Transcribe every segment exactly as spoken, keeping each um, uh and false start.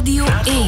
Radio één.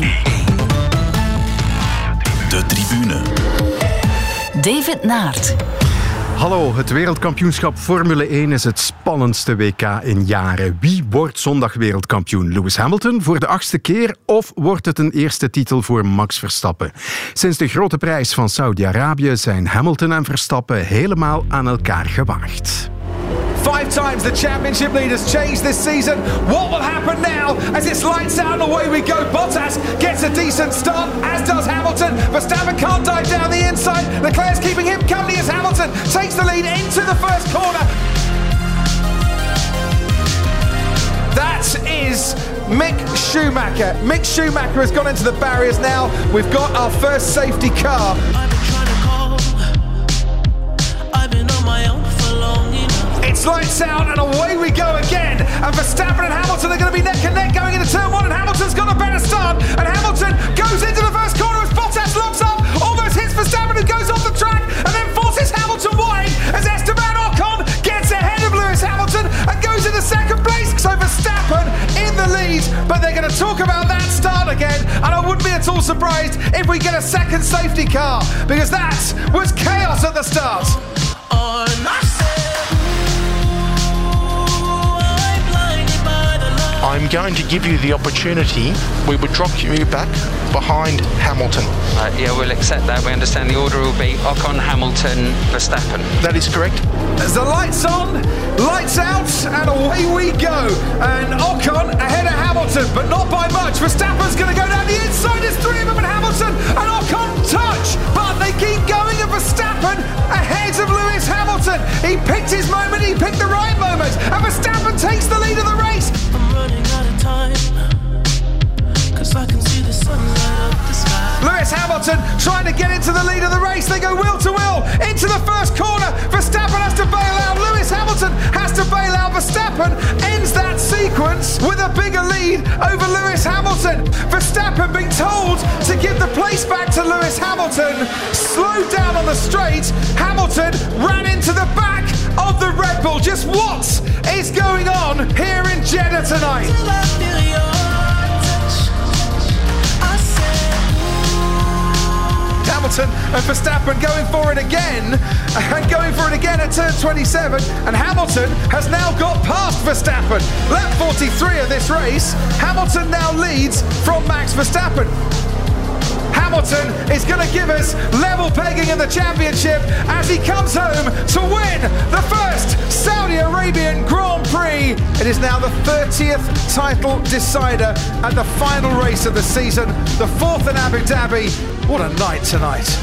De tribune. David Naert. Hallo, het wereldkampioenschap Formule één is het spannendste W K in jaren. Wie wordt zondag wereldkampioen? Lewis Hamilton voor de achtste keer of wordt het een eerste titel voor Max Verstappen? Sinds de grote prijs van Saudi-Arabië zijn Hamilton en Verstappen helemaal aan elkaar gewaagd. Five times the championship leaders changed this season. What will happen now as it's lights out and away we go? Bottas gets a decent start, as does Hamilton. Verstappen can't dive down the inside. Leclerc's keeping him company as Hamilton takes the lead into the first corner. That is Mick Schumacher. Mick Schumacher has gone into the barriers now. We've got our first safety car. It's lights out and away we go again. And Verstappen and Hamilton are going to be neck and neck going into turn one. And Hamilton's got a better start. And Hamilton goes into the first corner as Bottas locks up, almost hits Verstappen and goes off the track, and then forces Hamilton wide as Esteban Ocon gets ahead of Lewis Hamilton and goes into second place. So Verstappen in the lead, but they're going to talk about that start again. And I wouldn't be at all surprised if we get a second safety car, because that was chaos at the start. On I'm going to give you the opportunity. We would drop you back behind Hamilton. Uh, yeah, we'll accept that. We understand the order will be Ocon, Hamilton, Verstappen. That is correct. As the lights on, lights out, and away we go. And Ocon ahead of Hamilton, but not by much. Verstappen's going to go down the inside. There's three of them, and Hamilton and Ocon touch. But they keep going, and Verstappen ahead of Lewis Hamilton. He picked his moment, he picked the right moment. And Verstappen takes the lead of the race. Lewis Hamilton trying to get into the lead of the race. They go wheel to wheel into the first corner. Verstappen has to bail out. Lewis Hamilton has to bail out. Verstappen ends that sequence with a bigger lead over Lewis Hamilton. Verstappen being told to give the place back to Lewis Hamilton. Slowed down on the straight. Hamilton ran into the back of the Red Bull. Just what is going on here in Jeddah tonight? Hamilton and Verstappen going for it again and going for it again at turn twenty-seven, and Hamilton has now got past Verstappen. Lap forty-three of this race, Hamilton now leads from Max Verstappen. Hamilton is going to give us level pegging in the championship as he comes home to win the first Saudi Arabian Grand Prix. It is now the thirtieth title decider and the final race of the season, the fourth in Abu Dhabi. What a night tonight.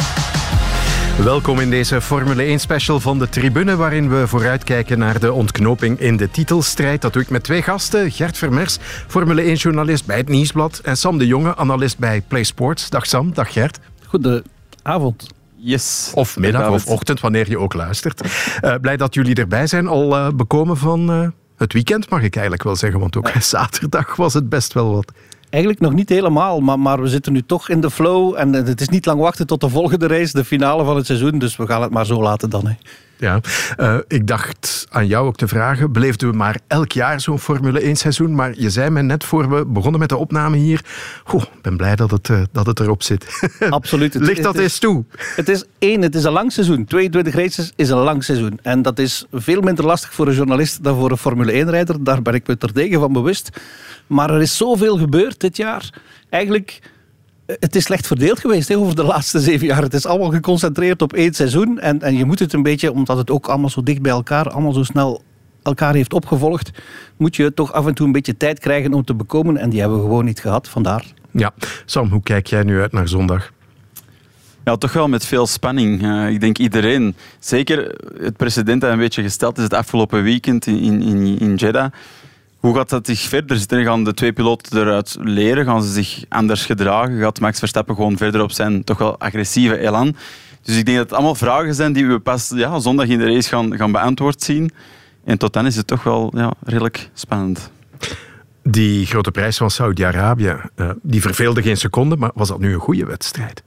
Welkom in deze Formule één special van de tribune, waarin we vooruitkijken naar de ontknoping in de titelstrijd. Dat doe ik met twee gasten. Gert Vermers, Formule één-journalist bij het Nieuwsblad, en Sam de Jonge, analist bij Play Sports. Dag Sam, dag Gert. Goedenavond. Yes. Of middag of ochtend, wanneer je ook luistert. Uh, blij dat jullie erbij zijn. Al uh, bekomen van uh, het weekend, mag ik eigenlijk wel zeggen, want ook zaterdag was het best wel wat. Eigenlijk nog niet helemaal, maar, maar we zitten nu toch in de flow en het is niet lang wachten tot de volgende race, de finale van het seizoen, dus we gaan het maar zo laten dan. Hè. Ja, uh, ik dacht aan jou ook te vragen, beleefden we maar elk jaar zo'n Formule één seizoen, maar je zei mij net voor we begonnen met de opname hier, goh, ik ben blij dat het, uh, dat het erop zit. Absoluut. Het, Ligt dat het is, eens toe? Het is één, het is een lang seizoen. tweeëntwintig races is een lang seizoen. En dat is veel minder lastig voor een journalist dan voor een Formule één-rijder. Daar ben ik me terdege van bewust. Maar er is zoveel gebeurd dit jaar. Eigenlijk, het is slecht verdeeld geweest he, over de laatste zeven jaar. Het is allemaal geconcentreerd op één seizoen. En, en je moet het een beetje, omdat het ook allemaal zo dicht bij elkaar, allemaal zo snel elkaar heeft opgevolgd, moet je toch af en toe een beetje tijd krijgen om te bekomen. En die hebben we gewoon niet gehad, vandaar. Ja, Sam, hoe kijk jij nu uit naar zondag? Ja, toch wel met veel spanning. Uh, ik denk iedereen, zeker het precedent dat een beetje gesteld is het afgelopen weekend in, in, in Jeddah. Hoe gaat dat zich verder zitten? Gaan de twee piloten eruit leren? Gaan ze zich anders gedragen? Gaat Max Verstappen gewoon verder op zijn toch wel agressieve elan? Dus ik denk dat het allemaal vragen zijn die we pas ja, zondag in de race gaan, gaan beantwoord zien. En tot dan is het toch wel ja, redelijk spannend. Die grote prijs van Saudi-Arabië, uh, die verveelde geen seconde, maar was dat nu een goede wedstrijd?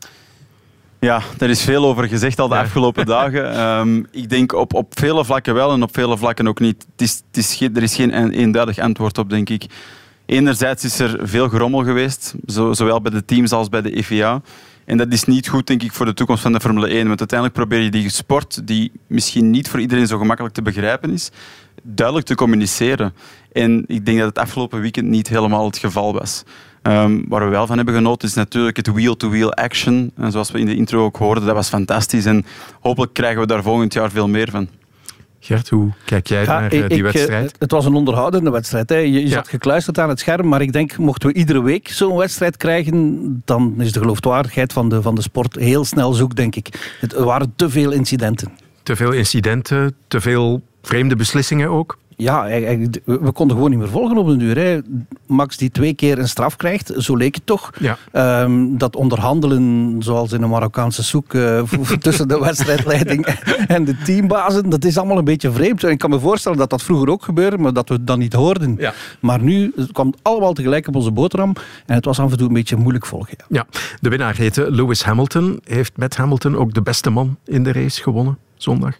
Ja, daar is veel over gezegd al de ja. afgelopen dagen. Um, ik denk op, op vele vlakken wel en op vele vlakken ook niet. Het is, het is geen, er is geen eenduidig antwoord op, denk ik. Enerzijds is er veel gerommel geweest, zo, zowel bij de teams als bij de F I A. En dat is niet goed, denk ik, voor de toekomst van de Formule één. Want uiteindelijk probeer je die sport, die misschien niet voor iedereen zo gemakkelijk te begrijpen is, duidelijk te communiceren. En ik denk dat het afgelopen weekend niet helemaal het geval was. Um, waar we wel van hebben genoten is natuurlijk het wheel-to-wheel action. En zoals we in de intro ook hoorden, dat was fantastisch. En hopelijk krijgen we daar volgend jaar veel meer van. Gert, hoe kijk jij ja, naar ik, die ik, wedstrijd? Het was een onderhoudende wedstrijd. Hè. Je, je ja. zat gekluisterd aan het scherm, maar ik denk, mochten we iedere week zo'n wedstrijd krijgen, dan is de geloofwaardigheid van de, van de sport heel snel zoek, denk ik. Het waren te veel incidenten. Te veel incidenten, te veel vreemde beslissingen ook? Ja, we konden gewoon niet meer volgen op een uur. Hè. Max die twee keer een straf krijgt, zo leek het toch. Ja. Um, dat onderhandelen, zoals in een Marokkaanse soek, uh, tussen de wedstrijdleiding en de teambazen, dat is allemaal een beetje vreemd. En ik kan me voorstellen dat dat vroeger ook gebeurde, maar dat we het dan niet hoorden. Ja. Maar nu, het kwam allemaal tegelijk op onze boterham en het was af en toe een beetje moeilijk volgen. Ja, ja, de winnaar heette Lewis Hamilton. Heeft met Hamilton ook de beste man in de race gewonnen zondag?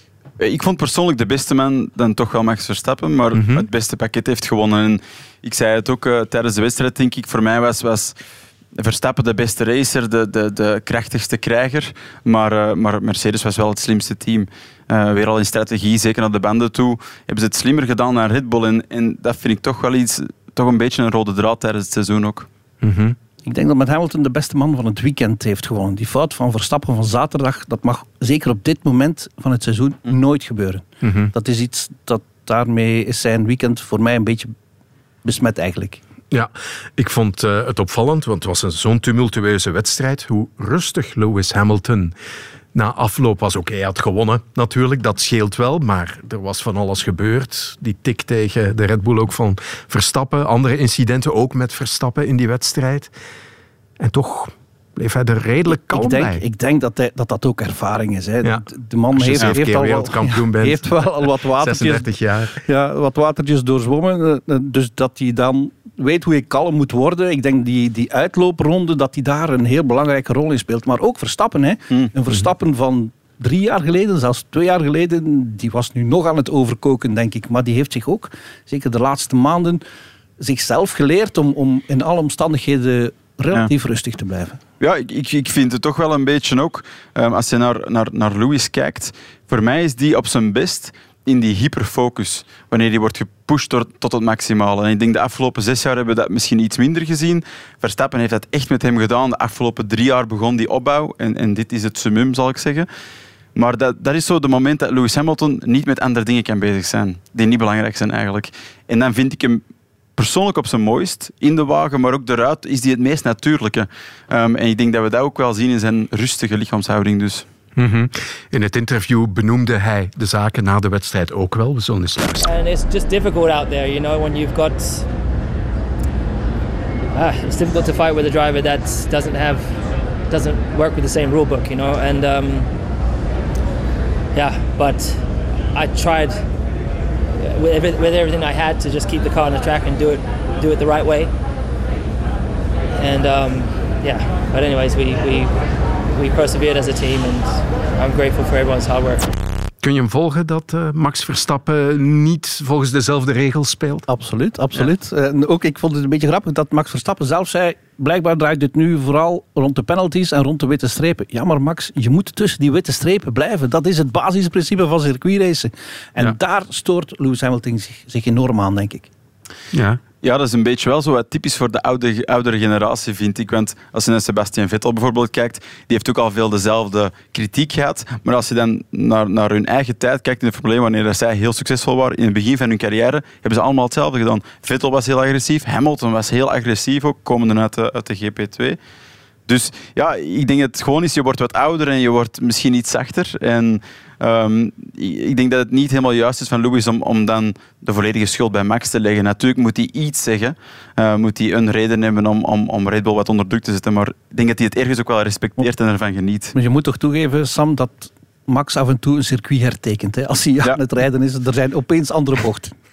Ik vond persoonlijk de beste man dan toch wel Max Verstappen, maar mm-hmm. het beste pakket heeft gewonnen. En ik zei het ook uh, tijdens de wedstrijd, denk ik. Voor mij was, was Verstappen de beste racer, de, de, de krachtigste krijger. Maar, uh, maar Mercedes was wel het slimste team. Uh, weer al in strategie, zeker naar de banden toe, hebben ze het slimmer gedaan naar Red Bull. En, en dat vind ik toch wel iets, toch een beetje een rode draad tijdens het seizoen ook. Mm-hmm. Ik denk dat met Hamilton de beste man van het weekend heeft gewonnen. Die fout van Verstappen van zaterdag, dat mag zeker op dit moment van het seizoen mm. nooit gebeuren. Mm-hmm. Dat is iets, dat daarmee is zijn weekend voor mij een beetje besmet eigenlijk. Ja, ik vond uh, het opvallend, want het was een zo'n tumultueuze wedstrijd, hoe rustig Lewis Hamilton na afloop was. Oké, hij had gewonnen natuurlijk, dat scheelt wel, maar er was van alles gebeurd. Die tik tegen de Red Bull ook van Verstappen, andere incidenten ook met Verstappen in die wedstrijd. En toch bleef hij er redelijk kalm ik denk, bij. Ik denk dat, hij, dat dat ook ervaring is. Hè. Ja. De man Als je heeft, heeft, al wereldkampioen bent, heeft wel al wat watertjes, zesendertig jaar. Ja, wat watertjes doorzwommen. Dus dat hij dan weet hoe je kalm moet worden. Ik denk die, die uitloopronde, dat hij daar een heel belangrijke rol in speelt. Maar ook Verstappen. Hè. Mm. Een Verstappen van drie jaar geleden, zelfs twee jaar geleden, die was nu nog aan het overkoken, denk ik. Maar die heeft zich ook, zeker de laatste maanden, zichzelf geleerd om, om in alle omstandigheden relatief ja. rustig te blijven. Ja, ik, ik, ik vind het toch wel een beetje ook, um, als je naar, naar, naar Lewis kijkt, voor mij is die op zijn best in die hyperfocus, wanneer die wordt gepusht tot, tot het maximale. En ik denk de afgelopen zes jaar hebben we dat misschien iets minder gezien. Verstappen heeft dat echt met hem gedaan. De afgelopen drie jaar begon die opbouw en, en dit is het summum, zal ik zeggen. Maar dat, dat is zo de moment dat Lewis Hamilton niet met andere dingen kan bezig zijn, die niet belangrijk zijn eigenlijk. En dan vind ik hem persoonlijk op zijn mooist, in de wagen, maar ook eruit, is die het meest natuurlijke. Um, en ik denk dat we dat ook wel zien in zijn rustige lichaamshouding dus. Mm-hmm. In het interview benoemde hij de zaken na de wedstrijd ook wel. We zullen eens luisteren. And it's just difficult out there, you know, when you've got... Uh, it's difficult to fight with a driver that doesn't have... doesn't work with the same rule book, you know, and... Um, yeah, but I tried... With, every, with everything I had to just keep the car on the track and do it, do it the right way. And um, yeah, but anyways, we, we we persevered as a team and I'm grateful for everyone's hard work. Kun je hem volgen dat uh, Max Verstappen niet volgens dezelfde regels speelt? Absoluut, absoluut. Ja. En ook, ik vond het een beetje grappig dat Max Verstappen zelf zei, blijkbaar draait dit nu vooral rond de penalties en rond de witte strepen. Ja, maar Max, je moet tussen die witte strepen blijven. Dat is het basisprincipe van circuitracen. En ja. daar stoort Lewis Hamilton zich, zich enorm aan, denk ik. Ja. Ja, dat is een beetje wel zo wat typisch voor de oude, oudere generatie, vind ik. Want als je naar Sebastian Vettel bijvoorbeeld kijkt, die heeft ook al veel dezelfde kritiek gehad. Maar als je dan naar, naar hun eigen tijd kijkt in de Formule één, wanneer zij heel succesvol waren in het begin van hun carrière, hebben ze allemaal hetzelfde gedaan. Vettel was heel agressief, Hamilton was heel agressief ook, komende uit de, uit de G P twee. Dus ja, ik denk dat het gewoon is, je wordt wat ouder en je wordt misschien iets zachter. En um, ik denk dat het niet helemaal juist is van Lewis om, om dan de volledige schuld bij Max te leggen. Natuurlijk moet hij iets zeggen, uh, moet hij een reden hebben om, om, om Red Bull wat onder druk te zetten. Maar ik denk dat hij het ergens ook wel respecteert en ervan geniet. Maar je moet toch toegeven, Sam, dat Max af en toe een circuit hertekent. Hè? Als hij ja. aan het rijden is, er zijn opeens andere bochten.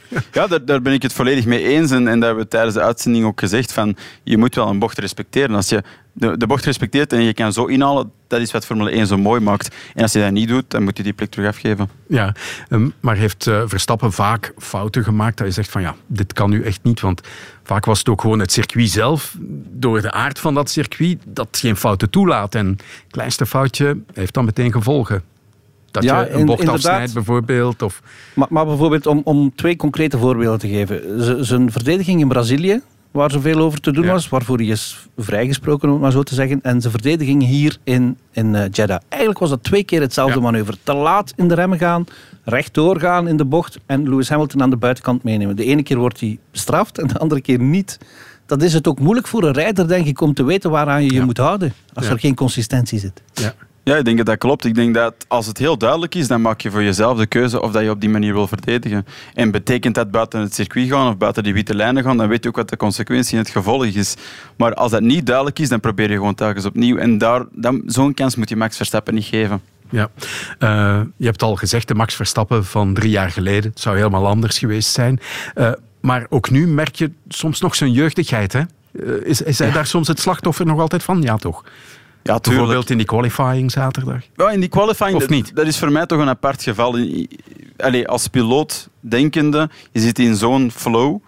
Ja, daar, daar ben ik het volledig mee eens. En, en dat hebben we tijdens de uitzending ook gezegd. Van, je moet wel een bocht respecteren. Als je de, de bocht respecteert en je kan zo inhalen, dat is wat Formule één zo mooi maakt. En als je dat niet doet, dan moet je die plek terug afgeven. Ja, um, maar heeft uh, Verstappen vaak fouten gemaakt dat je zegt van ja, dit kan nu echt niet. Want vaak was het ook gewoon het circuit zelf, door de aard van dat circuit, dat geen fouten toelaat. En het kleinste foutje heeft dan meteen gevolgen. Dat ja, je een bocht in, afsnijdt bijvoorbeeld. Of... Maar, maar bijvoorbeeld, om, om twee concrete voorbeelden te geven. Z- zijn verdediging in Brazilië, waar zoveel over te doen ja. was, waarvoor hij is vrijgesproken, om het maar zo te zeggen. En zijn verdediging hier in, in uh, Jeddah. Eigenlijk was dat twee keer hetzelfde ja. manoeuvre. Te laat in de remmen gaan, rechtdoor gaan in de bocht en Lewis Hamilton aan de buitenkant meenemen. De ene keer wordt hij bestraft en de andere keer niet. Dat is het ook moeilijk voor een rijder, denk ik, om te weten waaraan je je ja. moet houden. Als ja. er geen consistentie zit. Ja. Ja, ik denk dat dat klopt. Ik denk dat als het heel duidelijk is, dan maak je voor jezelf de keuze of dat je op die manier wil verdedigen. En betekent dat buiten het circuit gaan of buiten die witte lijnen gaan, dan weet je ook wat de consequentie en het gevolg is. Maar als dat niet duidelijk is, dan probeer je gewoon telkens opnieuw. En daar, dan, zo'n kans moet je Max Verstappen niet geven. Ja, uh, je hebt al gezegd, de Max Verstappen van drie jaar geleden. Het zou helemaal anders geweest zijn. Uh, maar ook nu merk je soms nog zijn jeugdigheid. Hè? Uh, is, is hij ja. daar soms het slachtoffer nog altijd van? Ja, toch? Ja, bijvoorbeeld in die qualifying zaterdag? Ja, in die qualifying, of niet? Dat, dat is voor mij toch een apart geval. Allee, als piloot denkende, je zit in zo'n flow.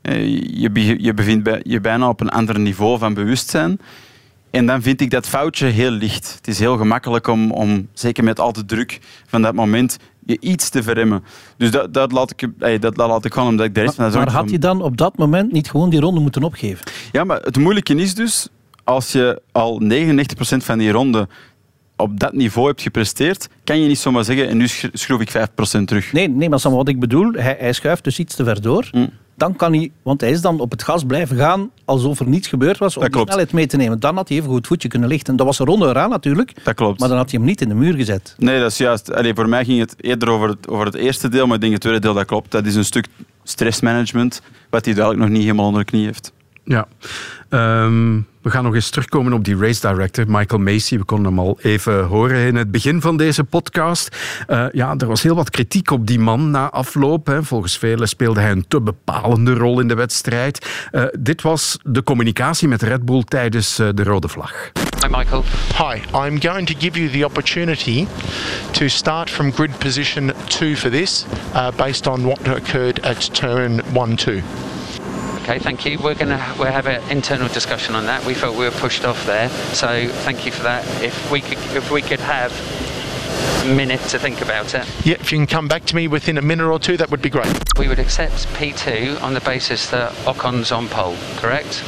Je, je bevindt je bijna op een ander niveau van bewustzijn. En dan vind ik dat foutje heel licht. Het is heel gemakkelijk om, om zeker met al de druk van dat moment, je iets te verremmen. Dus dat, dat, laat, ik, dat, dat laat ik gewoon omdat ik de rest maar, van Maar had hij dan op dat moment niet gewoon die ronde moeten opgeven? Ja, maar het moeilijke is dus, als je al negenennegentig procent van die ronde op dat niveau hebt gepresteerd, kan je niet zomaar zeggen, en nu schroef ik vijf procent terug. Nee, nee maar Sam, wat ik bedoel, hij, hij schuift dus iets te ver door. Mm. Dan kan hij, want hij is dan op het gas blijven gaan alsof er niets gebeurd was, om de snelheid mee te nemen. Dan had hij even goed voetje kunnen lichten. Dat was een ronde eraan natuurlijk, dat klopt. Maar dan had hij hem niet in de muur gezet. Nee, dat is juist. Allee, voor mij ging het eerder over het, over het eerste deel, maar ik denk het tweede deel, dat klopt. Dat is een stuk stressmanagement, wat hij duidelijk nog niet helemaal onder de knie heeft. Ja. Um, we gaan nog eens terugkomen op die race director, Michael Macy. We konden hem al even horen in het begin van deze podcast. Uh, ja, er was heel wat kritiek op die man na afloop. Hè. Volgens velen speelde hij een te bepalende rol in de wedstrijd. Uh, dit was de communicatie met Red Bull tijdens uh, de rode vlag. Hi Michael. Hi, I'm going to give you the opportunity to start from grid position two for this, uh, based on what occurred at turn one two. Okay, thank you. We're going to we'll have an internal discussion on that. We felt we were pushed off there, so thank you for that. If we could, if we could have a minute to think about it. Yeah, if you can come back to me within a minute or two, that would be great. We would accept P two on the basis that Ocon's on pole, correct?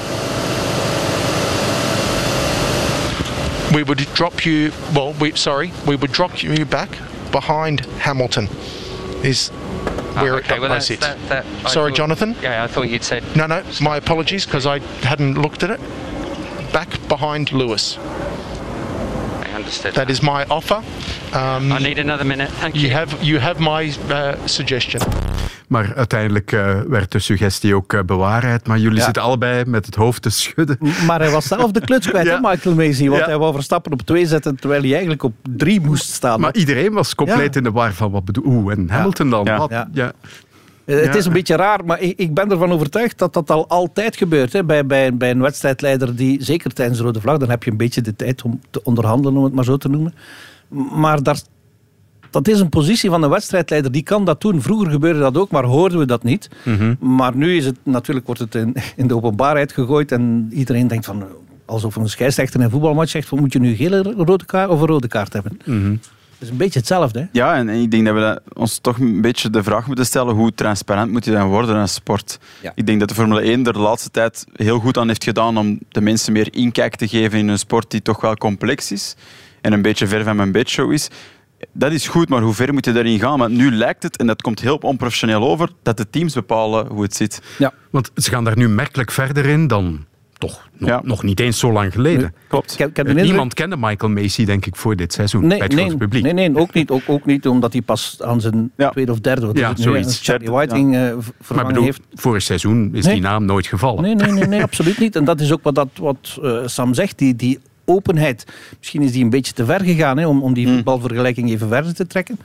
We would drop you. Well, we sorry, we would drop you back behind Hamilton. Is where oh, okay. it well, I sit. That, that, Sorry, thought, Jonathan? Yeah, I thought you'd said... No, no, my apologies, because I hadn't looked at it. Back behind Lewis. I understood. That, that. is my offer. Um, I need another minute, thank you. You have, you have my uh, suggestion. Maar uiteindelijk uh, werd de suggestie ook uh, bewaarheid. Maar jullie ja. zitten allebei met het hoofd te schudden. Maar hij was zelf de kluts kwijt, ja. hè, Michael Macy. Want ja. hij wou Verstappen op twee zetten, terwijl hij eigenlijk op drie moest staan. Maar iedereen was compleet ja. in de war van wat bedoel. Oeh, en Hamilton dan? Ja. Wat? Ja. Ja. Uh, het is een beetje raar, maar ik, ik ben ervan overtuigd dat dat al altijd gebeurt. Hè, bij, bij, bij een wedstrijdleider die, zeker tijdens de rode vlag, dan heb je een beetje de tijd om te onderhandelen, om het maar zo te noemen. Maar daar... Dat is een positie van een wedstrijdleider, die kan dat doen. Vroeger gebeurde dat ook, maar hoorden we dat niet. Mm-hmm. Maar nu is het, natuurlijk wordt het in, in de openbaarheid gegooid en iedereen denkt van, alsof een scheidsrechter in een voetbalmatch zegt, moet je nu een gele rode kaart of een rode kaart hebben? Mm-hmm. Dat is een beetje hetzelfde. Hè? Ja, en ik denk dat we dat ons toch een beetje de vraag moeten stellen, hoe transparant moet je dan worden als sport? Ja. Ik denk dat de Formule één er de laatste tijd heel goed aan heeft gedaan om de mensen meer inkijk te geven in een sport die toch wel complex is en een beetje ver van mijn bedshow is. Dat is goed, maar hoe ver moet je daarin gaan? Want nu lijkt het, en dat komt heel onprofessioneel over, dat de teams bepalen hoe het zit. Ja, want ze gaan daar nu merkelijk verder in dan toch nog, ja. nog niet eens zo lang geleden. Nee, klopt. Ik heb, ik heb Niemand indruk... kende Michael Macy, denk ik, voor dit seizoen nee, bij het nee, grote publiek. Nee, nee ook, niet, ook, ook niet, omdat hij pas aan zijn ja. tweede of derde wat ja, is het nu, Charlie Whiting ja. uh, vervangen bedoel, heeft. Vorig seizoen is nee. die naam nooit gevallen. Nee, nee, nee, nee absoluut niet. En dat is ook wat, dat, wat uh, Sam zegt, die... die openheid. Misschien is die een beetje te ver gegaan, hè, om, om die voetbalvergelijking even verder te trekken.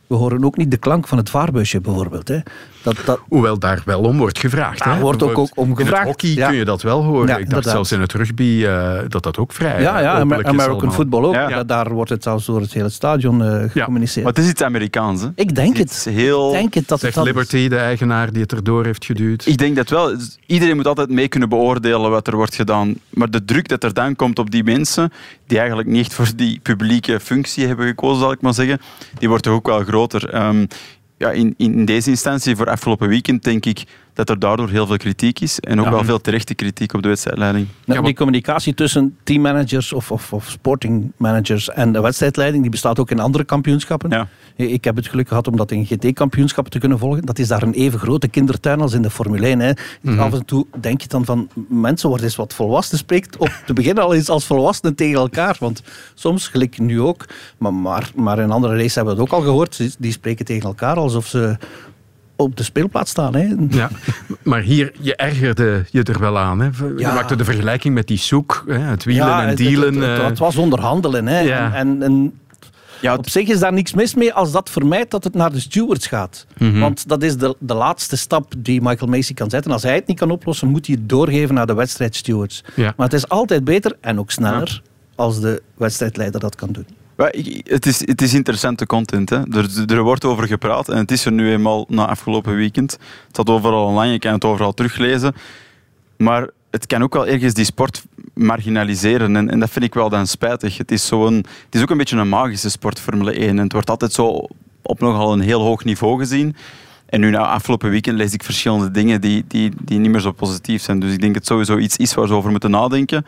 We horen ook niet de klank van het vaarbusje bijvoorbeeld. Hè. Dat, dat... Hoewel daar wel om wordt gevraagd. Daar hè? wordt ook, ook om gevraagd. In het hockey ja. kun je dat wel horen. Ja, Ik dacht inderdaad. zelfs in het rugby uh, dat dat ook vrij Ja, ja openlijk American is allemaal. football ook. Ja. Ja. Daar wordt het zelfs door het hele stadion uh, gecommuniceerd. Maar het is iets Amerikaans, hè? Ik denk het. het. Heel... Ik denk het dat Zegt het dat Liberty, de eigenaar die het erdoor heeft geduwd. Ik denk dat wel. Iedereen moet altijd mee kunnen beoordelen wat er wordt gedaan. Maar de druk dat er dan komt op die mensen, die eigenlijk niet echt voor die publieke functie hebben gekozen, zal ik maar zeggen, die wordt toch ook wel groter. Um, ja, in, in deze instantie, voor afgelopen weekend, denk ik dat er daardoor heel veel kritiek is. En ook ja. wel veel terechte kritiek op de wedstrijdleiding. Nou, die communicatie tussen teammanagers of, of, of sportingmanagers en de wedstrijdleiding, die bestaat ook in andere kampioenschappen. Ja. Ik heb het geluk gehad om dat in G T-kampioenschappen te kunnen volgen. Dat is daar een even grote kindertuin als in de Formule één. Hè. Mm-hmm. Af en toe denk je dan van, mensen worden eens wat volwassen. Spreekt op te beginnen al eens als volwassenen tegen elkaar. Want soms, gelijk nu ook, maar, maar, maar in andere races hebben we het ook al gehoord, die spreken tegen elkaar alsof ze op de speelplaats staan. Hè. Ja, maar hier, je ergerde je er wel aan. Hè. Je Ja. maakte de vergelijking met die soek, hè, het wielen Ja, en het, dealen. het, het, het, het was onderhandelen. Hè. Ja. En, en Ja, op zich is daar niks mis mee als dat vermijdt dat het naar de stewards gaat. Mm-hmm. Want dat is de, de laatste stap die Michael Macy kan zetten. Als hij het niet kan oplossen, moet hij het doorgeven naar de wedstrijdstewards. Ja. Maar het is altijd beter en ook sneller als de wedstrijdleider dat kan doen. Maar ik, het, is, het is interessante content. Hè. Er, er wordt over gepraat en het is er nu eenmaal na afgelopen weekend. Het staat overal online, je kan het overal teruglezen. Maar het kan ook wel ergens die sport marginaliseren en, en dat vind ik wel dan spijtig. Het is, zo een, het is ook een beetje een magische sport, Formule één. En het wordt altijd zo op nogal een heel hoog niveau gezien. En nu na afgelopen weekend lees ik verschillende dingen die, die, die niet meer zo positief zijn. Dus ik denk dat het sowieso iets is waar ze over moeten nadenken.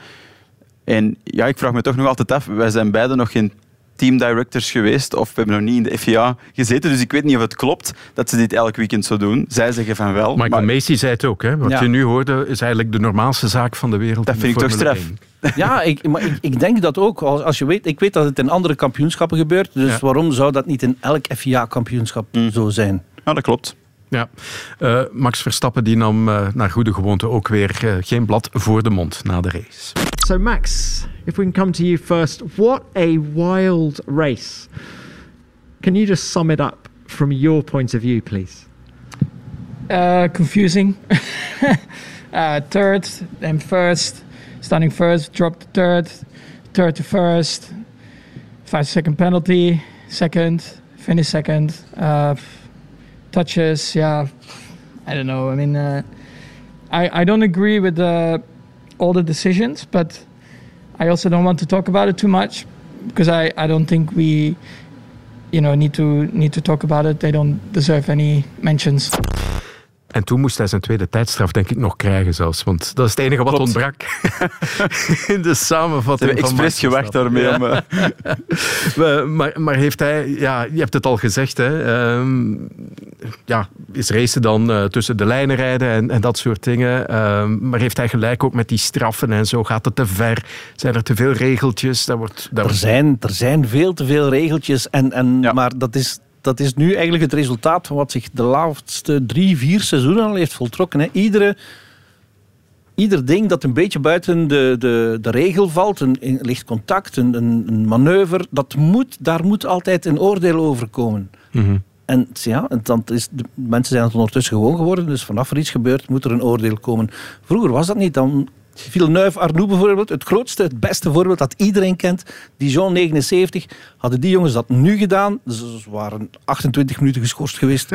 En ja, ik vraag me toch nog altijd af, wij zijn beiden nog geen teamdirectors geweest of we hebben nog niet in de F I A gezeten, dus ik weet niet of het klopt dat ze dit elk weekend zo doen. Zij zeggen van wel. Michael maar Macy zei het ook. Hè. Wat Ja. je nu hoorde is eigenlijk de normaalste zaak van de wereld. Dat in de vind ik toch Formule straf. één. Ja, ik, maar ik, ik denk dat ook. Als, als je weet, ik weet dat het in andere kampioenschappen gebeurt. Dus Ja. waarom zou dat niet in elk F I A-kampioenschap Mm. zo zijn? Ja, dat klopt. Ja. Uh, Max Verstappen die nam uh, naar goede gewoonte ook weer uh, geen blad voor de mond na de race. So Max, if we can come to you first, what a wild race. Can you just sum it up from your point of view, please? Uh, confusing. uh, third, then first, starting first, dropped to third, third to first, five second penalty, second, finish second, uh, touches, yeah, I don't know. I mean, uh, I, I don't agree with the, all the decisions, but I also don't want to talk about it too much because I, I don't think we, you know, need to need to talk about it. They don't deserve any mentions. En toen moest hij zijn tweede tijdstraf denk ik nog krijgen zelfs, want dat is het enige wat Klopt. ontbrak in de samenvatting. Ze hebben van expres Max gewacht daarmee. Ja. Om, uh... maar, maar heeft hij, ja, je hebt het al gezegd, hè, um, ja, is racen dan uh, tussen de lijnen rijden en, en dat soort dingen. Um, maar heeft hij gelijk ook met die straffen en zo? Gaat het te ver? Zijn er te veel regeltjes? Dat wordt, dat Er zijn, er zijn veel te veel regeltjes, en, en, Ja. maar dat is, dat is nu eigenlijk het resultaat van wat zich de laatste drie, vier seizoenen al heeft voltrokken. Hè. Iedere, ieder ding dat een beetje buiten de, de, de regel valt, een, een licht contact, een, een, een manoeuvre, dat moet, daar moet altijd een oordeel over komen. Mm-hmm. En ja, dan is de mensen zijn het ondertussen gewoon geworden, dus vanaf er iets gebeurt, moet er een oordeel komen. Vroeger was dat niet. Dan Villeneuve, Arnoux bijvoorbeeld, het grootste, het beste voorbeeld dat iedereen kent. Dijon negenenzeventig, hadden die jongens dat nu gedaan, ze waren achtentwintig minuten geschorst geweest.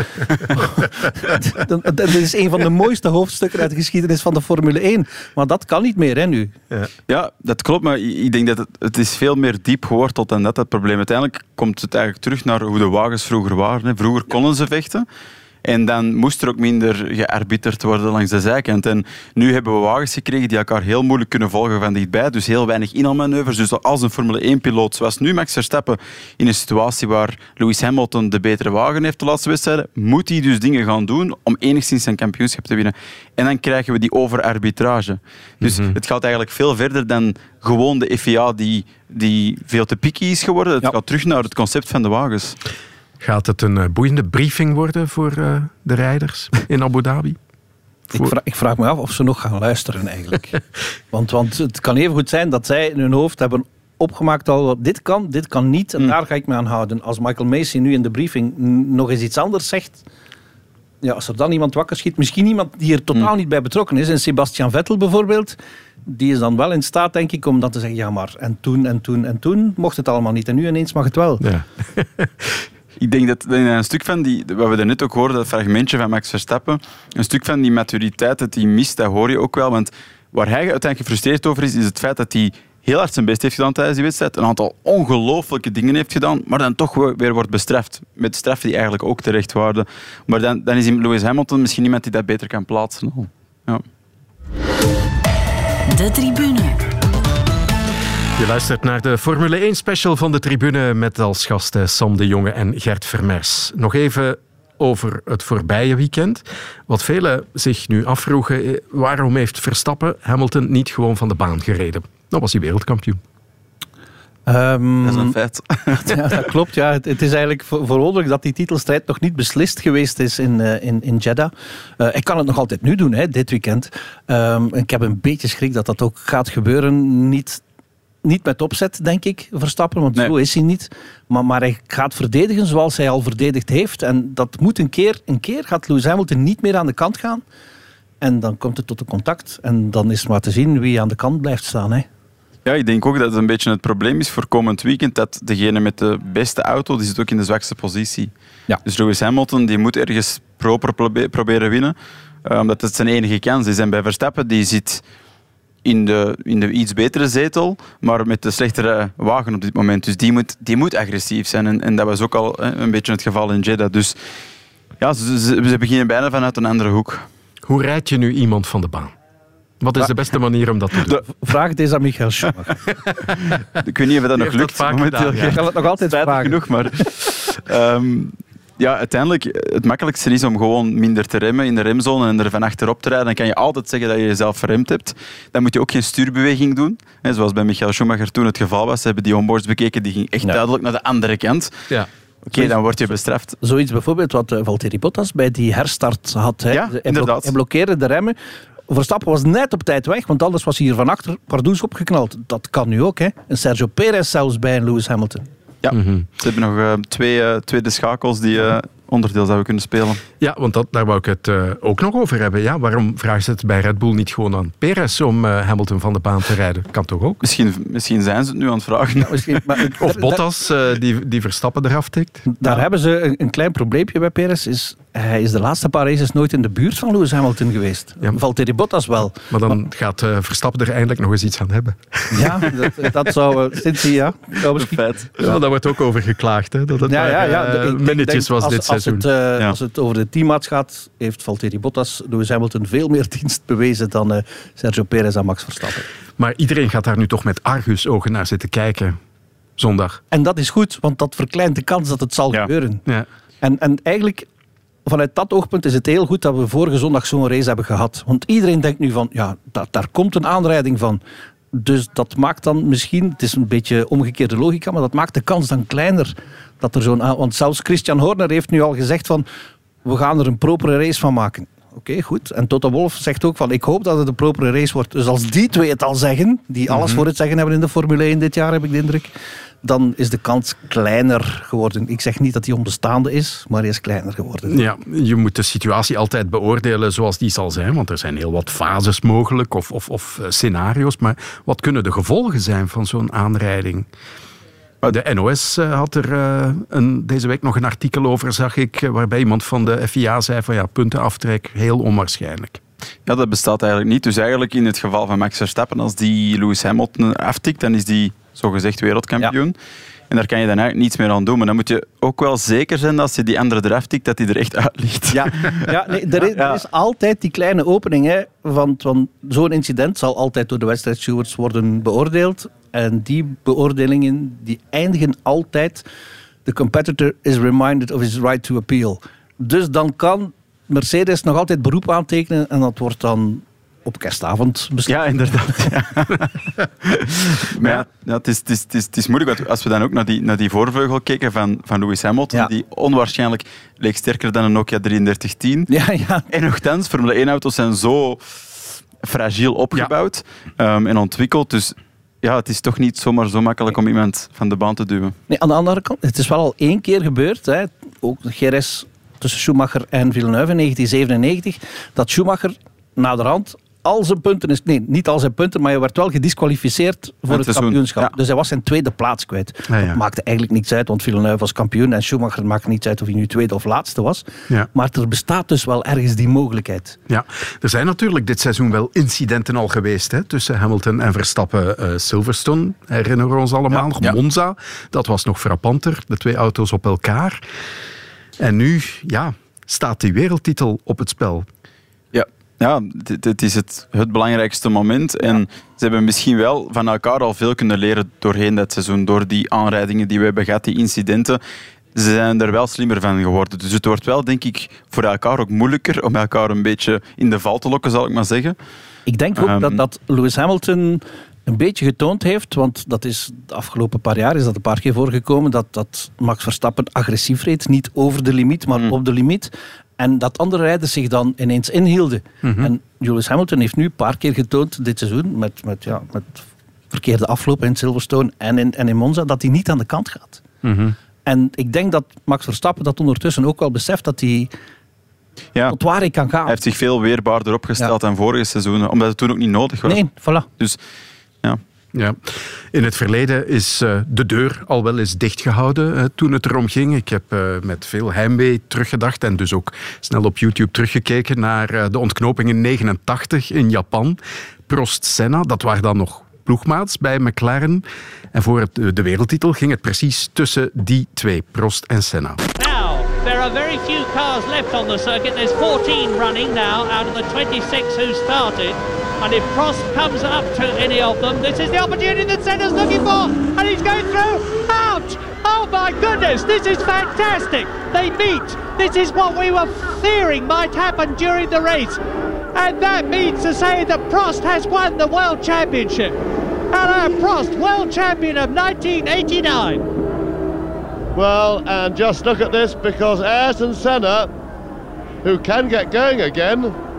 Dat is een van de mooiste hoofdstukken uit de geschiedenis van de Formule één. Maar dat kan niet meer, hè, nu. Ja. Ja, dat klopt, maar ik denk dat het, het is veel meer diep geworteld dan dat, dat probleem. Uiteindelijk komt het eigenlijk terug naar hoe de wagens vroeger waren. Hè. Vroeger konden ze vechten. En dan moest er ook minder gearbiterd worden langs de zijkant. En nu hebben we wagens gekregen die elkaar heel moeilijk kunnen volgen van dichtbij. Dus heel weinig inhaalmanoeuvres. Dus als een Formule één-piloot, zoals nu Max Verstappen, in een situatie waar Lewis Hamilton de betere wagen heeft de laatste wedstrijden, moet hij dus dingen gaan doen om enigszins zijn kampioenschap te winnen. En dan krijgen we die overarbitrage. Dus Mm-hmm. het gaat eigenlijk veel verder dan gewoon de F I A die, die veel te picky is geworden. Het Ja. gaat terug naar het concept van de wagens. Gaat het een uh, boeiende briefing worden voor uh, de rijders in Abu Dhabi? Voor... Ik, vraag, ik vraag me af of ze nog gaan luisteren eigenlijk. want, want het kan even goed zijn dat zij in hun hoofd hebben opgemaakt al, dit kan, dit kan niet en Mm. daar ga ik me aan houden. Als Michael Macy nu in de briefing n- nog eens iets anders zegt, ja, als er dan iemand wakker schiet, misschien iemand die er totaal Mm. niet bij betrokken is, en Sebastian Vettel bijvoorbeeld, die is dan wel in staat, denk ik, om dan te zeggen, ja maar, en toen, en toen, en toen mocht het allemaal niet en nu ineens mag het wel. Ja. Ik denk dat een stuk van die, wat we er net ook hoorden, dat fragmentje van Max Verstappen, een stuk van die maturiteit dat hij mist, dat hoor je ook wel. Want waar hij uiteindelijk gefrustreerd over is, is het feit dat hij heel hard zijn best heeft gedaan tijdens die wedstrijd. Een aantal ongelooflijke dingen heeft gedaan, maar dan toch weer wordt bestraft. Met straffen die eigenlijk ook terecht waren. Maar dan, dan is Lewis Hamilton misschien iemand die dat beter kan plaatsen. Ja. De tribune. Je luistert naar de Formule één special van de tribune met als gasten Sam de Jonge en Gert Vermers. Nog even over het voorbije weekend. Wat velen zich nu afvroegen, waarom heeft Verstappen Hamilton niet gewoon van de baan gereden? Dan was hij wereldkampioen. Um, Dat is een feit. Ja, dat klopt. Ja. Het, het is eigenlijk ver- verwonderlijk dat die titelstrijd nog niet beslist geweest is in, uh, in, in Jeddah. Uh, ik kan het nog altijd nu doen, hè, dit weekend. Um, ik heb een beetje schrik dat dat ook gaat gebeuren. Niet, niet met opzet, denk ik, Verstappen, want Nee. zo is hij niet. Maar, maar hij gaat verdedigen zoals hij al verdedigd heeft. En dat moet een keer, een keer gaat Lewis Hamilton niet meer aan de kant gaan. En dan komt het tot een contact. En dan is maar te zien wie aan de kant blijft staan, hè. Ja, ik denk ook dat het een beetje het probleem is voor komend weekend dat degene met de beste auto, die zit ook in de zwakste positie. Ja. Dus Lewis Hamilton die moet ergens proper probe- proberen winnen, uh, omdat het zijn enige kans is. En bij Verstappen, die zit in de, in de iets betere zetel, maar met de slechtere wagen op dit moment. Dus die moet, die moet agressief zijn. En, en dat was ook al hè, een beetje het geval in Jeddah. Dus ja, ze, ze, ze beginnen bijna vanuit een andere hoek. Hoe rijd je nu iemand van de baan? Wat is de beste manier om dat te doen? Vraag het eens aan Michael Schumacher. Ik weet niet of dat nog heeft dat lukt. vaak momenteel. gedaan, ja. Ik kan het nog altijd Spijtig vragen. genoeg, maar... um, ja, uiteindelijk, het makkelijkste is om gewoon minder te remmen in de remzone en er van achterop te rijden. Dan kan je altijd zeggen dat je jezelf verremd hebt. Dan moet je ook geen stuurbeweging doen. He, zoals bij Michael Schumacher toen het geval was. Ze hebben die onboards bekeken, die ging echt Ja. duidelijk naar de andere kant. Ja. Oké, okay, dan word je bestraft. Zoiets bijvoorbeeld wat uh, Valtteri Bottas bij die herstart had. Hè. Ja, hij, inderdaad. blok- hij blokkeerde de remmen. Verstappen was net op tijd weg, want anders was hij hier van achter pardoes opgeknald. Dat kan nu ook, hè. En Sergio Perez zelfs bij een Lewis Hamilton. Ja, mm-hmm. Ze hebben nog uh, twee uh, tweede schakels die uh, onderdeel zouden kunnen spelen. Ja, want dat, daar wou ik het uh, ook nog over hebben. Ja, waarom vragen ze het bij Red Bull niet gewoon aan Perez om uh, Hamilton van de baan te rijden? Kan toch ook? Misschien, misschien zijn ze het nu aan het vragen. Ja, misschien, maar, of Bottas, uh, die, die Verstappen eraf tikt. Daar ja. hebben ze een, een klein probleempje bij Perez. Is, hij is de laatste paar races nooit in de buurt van Lewis Hamilton geweest. Ja. Valtteri Bottas wel. Maar dan maar, gaat uh, Verstappen er eindelijk nog eens iets aan hebben. Ja, dat, dat zou... Uh, sinds hij, ja, zou feit. Ja, ja, daar wordt ook over geklaagd. Hè, dat het ja, ja, ja. uh, minnetjes was als, dit als seizoen. Het, uh, ja. Als het over de teammaats gaat, heeft Valtteri Bottas Lewis Hamilton veel meer dienst bewezen dan uh, Sergio Perez en Max Verstappen. Maar iedereen gaat daar nu toch met argusogen naar zitten kijken. Zondag. En dat is goed, want dat verkleint de kans dat het zal ja. gebeuren. Ja. En, en eigenlijk, vanuit dat oogpunt is het heel goed dat we vorige zondag zo'n race hebben gehad. Want iedereen denkt nu van, ja, daar, daar komt een aanrijding van. Dus dat maakt dan misschien, het is een beetje omgekeerde logica, maar dat maakt de kans dan kleiner. Dat er zo'n, want zelfs Christian Horner heeft nu al gezegd van, we gaan er een propere race van maken. Oké, okay, goed. En Toto Wolff zegt ook van, ik hoop dat het een propere race wordt. Dus als die twee het al zeggen, die alles mm-hmm. voor het zeggen hebben in de Formule één dit jaar, heb ik de indruk, dan is de kans kleiner geworden. Ik zeg niet dat die onbestaande is, maar die is kleiner geworden. Ja, je moet de situatie altijd beoordelen zoals die zal zijn, want er zijn heel wat fases mogelijk of, of, of scenario's. Maar wat kunnen de gevolgen zijn van zo'n aanrijding? De N O S had er uh, een, deze week nog een artikel over, zag ik, waarbij iemand van de F I A zei van ja, puntenaftrek, heel onwaarschijnlijk. Ja, dat bestaat eigenlijk niet. Dus eigenlijk in het geval van Max Verstappen, als die Lewis Hamilton aftikt, dan is die zogezegd wereldkampioen. Ja. En daar kan je dan eigenlijk niets meer aan doen. Maar dan moet je ook wel zeker zijn dat als je die andere eraf tikt, dat die er echt uit ligt. Ja, ja nee, er, is, er is altijd die kleine opening. Hè, want, want zo'n incident zal altijd door de wedstrijdstewards worden beoordeeld. En die beoordelingen die eindigen altijd. The competitor is reminded of his right to appeal. Dus dan kan Mercedes nog altijd beroep aantekenen en dat wordt dan op kerstavond besloten. Ja, inderdaad. Ja. Maar ja, ja het, is, het, is, het, is, het is moeilijk, want als we dan ook naar die, naar die voorvleugel kijken van, van Lewis Hamilton, ja. die onwaarschijnlijk leek sterker dan een Nokia drieëndertig tien. Ja, ja. En nogthans, Formule één-auto's zijn zo fragiel opgebouwd ja. um, en ontwikkeld, dus ja, het is toch niet zomaar zo makkelijk om iemand van de baan te duwen. Nee, aan de andere kant, het is wel al één keer gebeurd, hè, ook de G R S tussen Schumacher en Villeneuve in negentien zevenennegentig, dat Schumacher naderhand al zijn punten is, nee, niet al zijn punten, maar hij werd wel gedisqualificeerd voor het, het kampioenschap. Ja. Dus hij was zijn tweede plaats kwijt. Ja, ja. Dat maakte eigenlijk niets uit, want Villeneuve was kampioen en Schumacher maakte niets uit of hij nu tweede of laatste was. Ja. Maar er bestaat dus wel ergens die mogelijkheid. Ja, er zijn natuurlijk dit seizoen wel incidenten al geweest, hè, tussen Hamilton en Verstappen. Uh, Silverstone, herinneren we ons allemaal. Ja. Monza, dat was nog frappanter, de twee auto's op elkaar. En nu, ja, staat die wereldtitel op het spel. Ja, het is het, het belangrijkste moment. En ja. ze hebben misschien wel van elkaar al veel kunnen leren doorheen dat seizoen. Door die aanrijdingen die we hebben gehad, die incidenten. Ze zijn er wel slimmer van geworden. Dus het wordt wel, denk ik, voor elkaar ook moeilijker om elkaar een beetje in de val te lokken, zal ik maar zeggen. Ik denk ook um, dat, dat Lewis Hamilton een beetje getoond heeft, want dat is de afgelopen paar jaar is dat een paar keer voorgekomen, dat, dat Max Verstappen agressief reed. Niet over de limiet, maar mm. op de limiet. En dat andere rijders zich dan ineens inhielden. Mm-hmm. En Lewis Hamilton heeft nu een paar keer getoond dit seizoen, met, met, ja, met verkeerde aflopen in Silverstone en in, en in Monza, dat hij niet aan de kant gaat. Mm-hmm. En ik denk dat Max Verstappen dat ondertussen ook wel beseft, dat hij ja. tot waar hij kan gaan. Hij heeft zich veel weerbaarder opgesteld ja. dan vorige seizoenen, omdat het toen ook niet nodig was. Nee, voilà. Dus ja. Ja. In het verleden is uh, de deur al wel eens dichtgehouden uh, toen het erom ging. Ik heb uh, met veel heimwee teruggedacht en dus ook snel op YouTube teruggekeken naar uh, de ontknoping in negenentachtig in Japan. Prost-Senna, dat waren dan nog ploegmaats bij McLaren. En voor het, de wereldtitel ging het precies tussen die twee, Prost en Senna. Now, there are very few cars left on the circuit. There's fourteen running now out of the twenty-six who started. And if Prost comes up to any of them, this is the opportunity that Senna's looking for. And he's going through. Out! Oh my goodness, this is fantastic. They meet. This is what we were fearing might happen during the race. And that means to say that Prost has won the World Championship. Alain Prost, World Champion of nineteen eighty-nine. Well, and just look at this, because Ayrton Senna, who can get going again,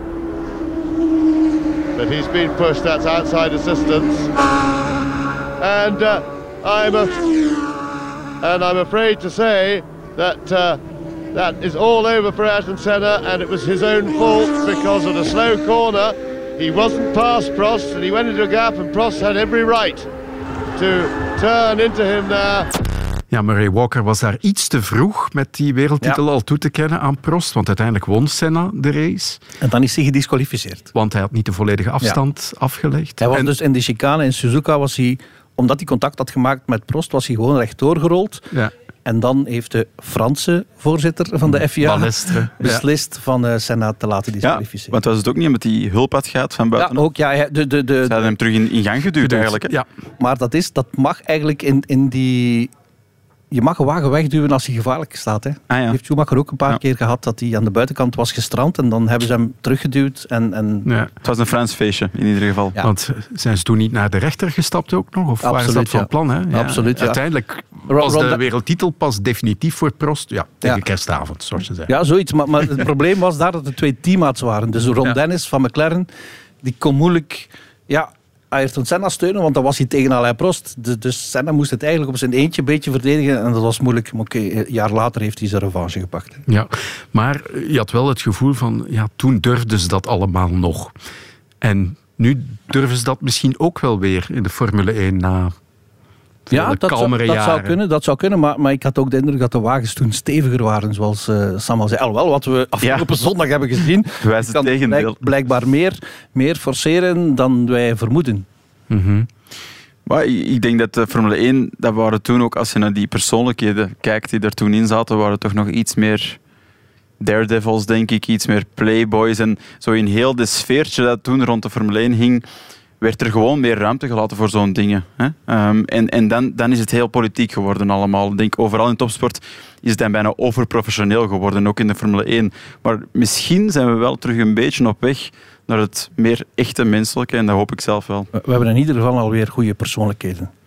but he's been pushed, that's outside assistance. And uh, I'm a, and I'm afraid to say that uh, that is all over for Ayrton Senna, and it was his own fault because of the slow corner. He wasn't past Prost, and he went into a gap, and Prost had every right to turn into him there. Ja, Murray Walker was daar iets te vroeg met die wereldtitel ja. al toe te kennen aan Prost, want uiteindelijk won Senna de race. En dan is hij gedisqualificeerd. Want hij had niet de volledige afstand ja. afgelegd. Hij was en... dus in de chicane in Suzuka, was hij, omdat hij contact had gemaakt met Prost, was hij gewoon rechtdoor gerold. Ja. En dan heeft de Franse voorzitter van de F I A Balestre. beslist ja. van uh, Senna te laten disqualificeren. Ja, want was het ook niet omdat hij hulp had gehad van buiten? Ja, ook. Ja, de, de, de, Ze hadden hem terug in, in gang geduwd eigenlijk. Hè? Ja. Maar dat, is, dat mag eigenlijk in, in die... Je mag een wagen wegduwen als hij gevaarlijk staat. Hè. Ah, ja. Heeft Schumacher ook een paar ja. keer gehad dat hij aan de buitenkant was gestrand en dan hebben ze hem teruggeduwd. En, en... Ja. Het was een Frans feestje in ieder geval. Ja. Want zijn ze toen niet naar de rechter gestapt ook nog? Of Absoluut, waren ze dat van ja. plan? Hè? Ja. Absoluut, ja. Uiteindelijk was de wereldtitel pas definitief voor Prost ja, tegen ja. kerstavond, zoals ze zeiden. Ja, zoiets. Maar, maar het probleem was daar dat er twee teammaats waren. Dus Ron ja. Dennis van McLaren, die kon moeilijk... Ja, Ayrton Senna steunen, want dan was hij tegen Alain Prost. De, dus Senna moest het eigenlijk op zijn eentje een beetje verdedigen en dat was moeilijk. Maar oké, een jaar later heeft hij zijn revanche gepakt. Hè. Ja, maar je had wel het gevoel van, ja, toen durfden ze dat allemaal nog. En nu durven ze dat misschien ook wel weer in de Formule één na ja, dat kalmere zou, dat jaren. zou kunnen, dat zou kunnen maar, maar ik had ook de indruk dat de wagens toen steviger waren, zoals uh, Sam al zei. Alhoewel, wat we afgelopen ja. zondag hebben gezien, Wijs het tegendeel. Blijk, blijkbaar meer, meer forceren dan wij vermoeden. Mm-hmm. Maar ik denk dat de Formule één, dat waren toen ook, als je naar die persoonlijkheden kijkt die er toen in zaten, waren toch nog iets meer daredevils, denk ik, iets meer playboys. En zo in heel de sfeertje dat toen rond de Formule één hing, werd er gewoon meer ruimte gelaten voor zo'n dingen. Hè? Um, en en dan, dan is het heel politiek geworden allemaal. Ik denk, overal in topsport is het dan bijna overprofessioneel geworden, ook in de Formule één. Maar misschien zijn we wel terug een beetje op weg naar het meer echte menselijke, en dat hoop ik zelf wel. We hebben in ieder geval alweer goede persoonlijkheden.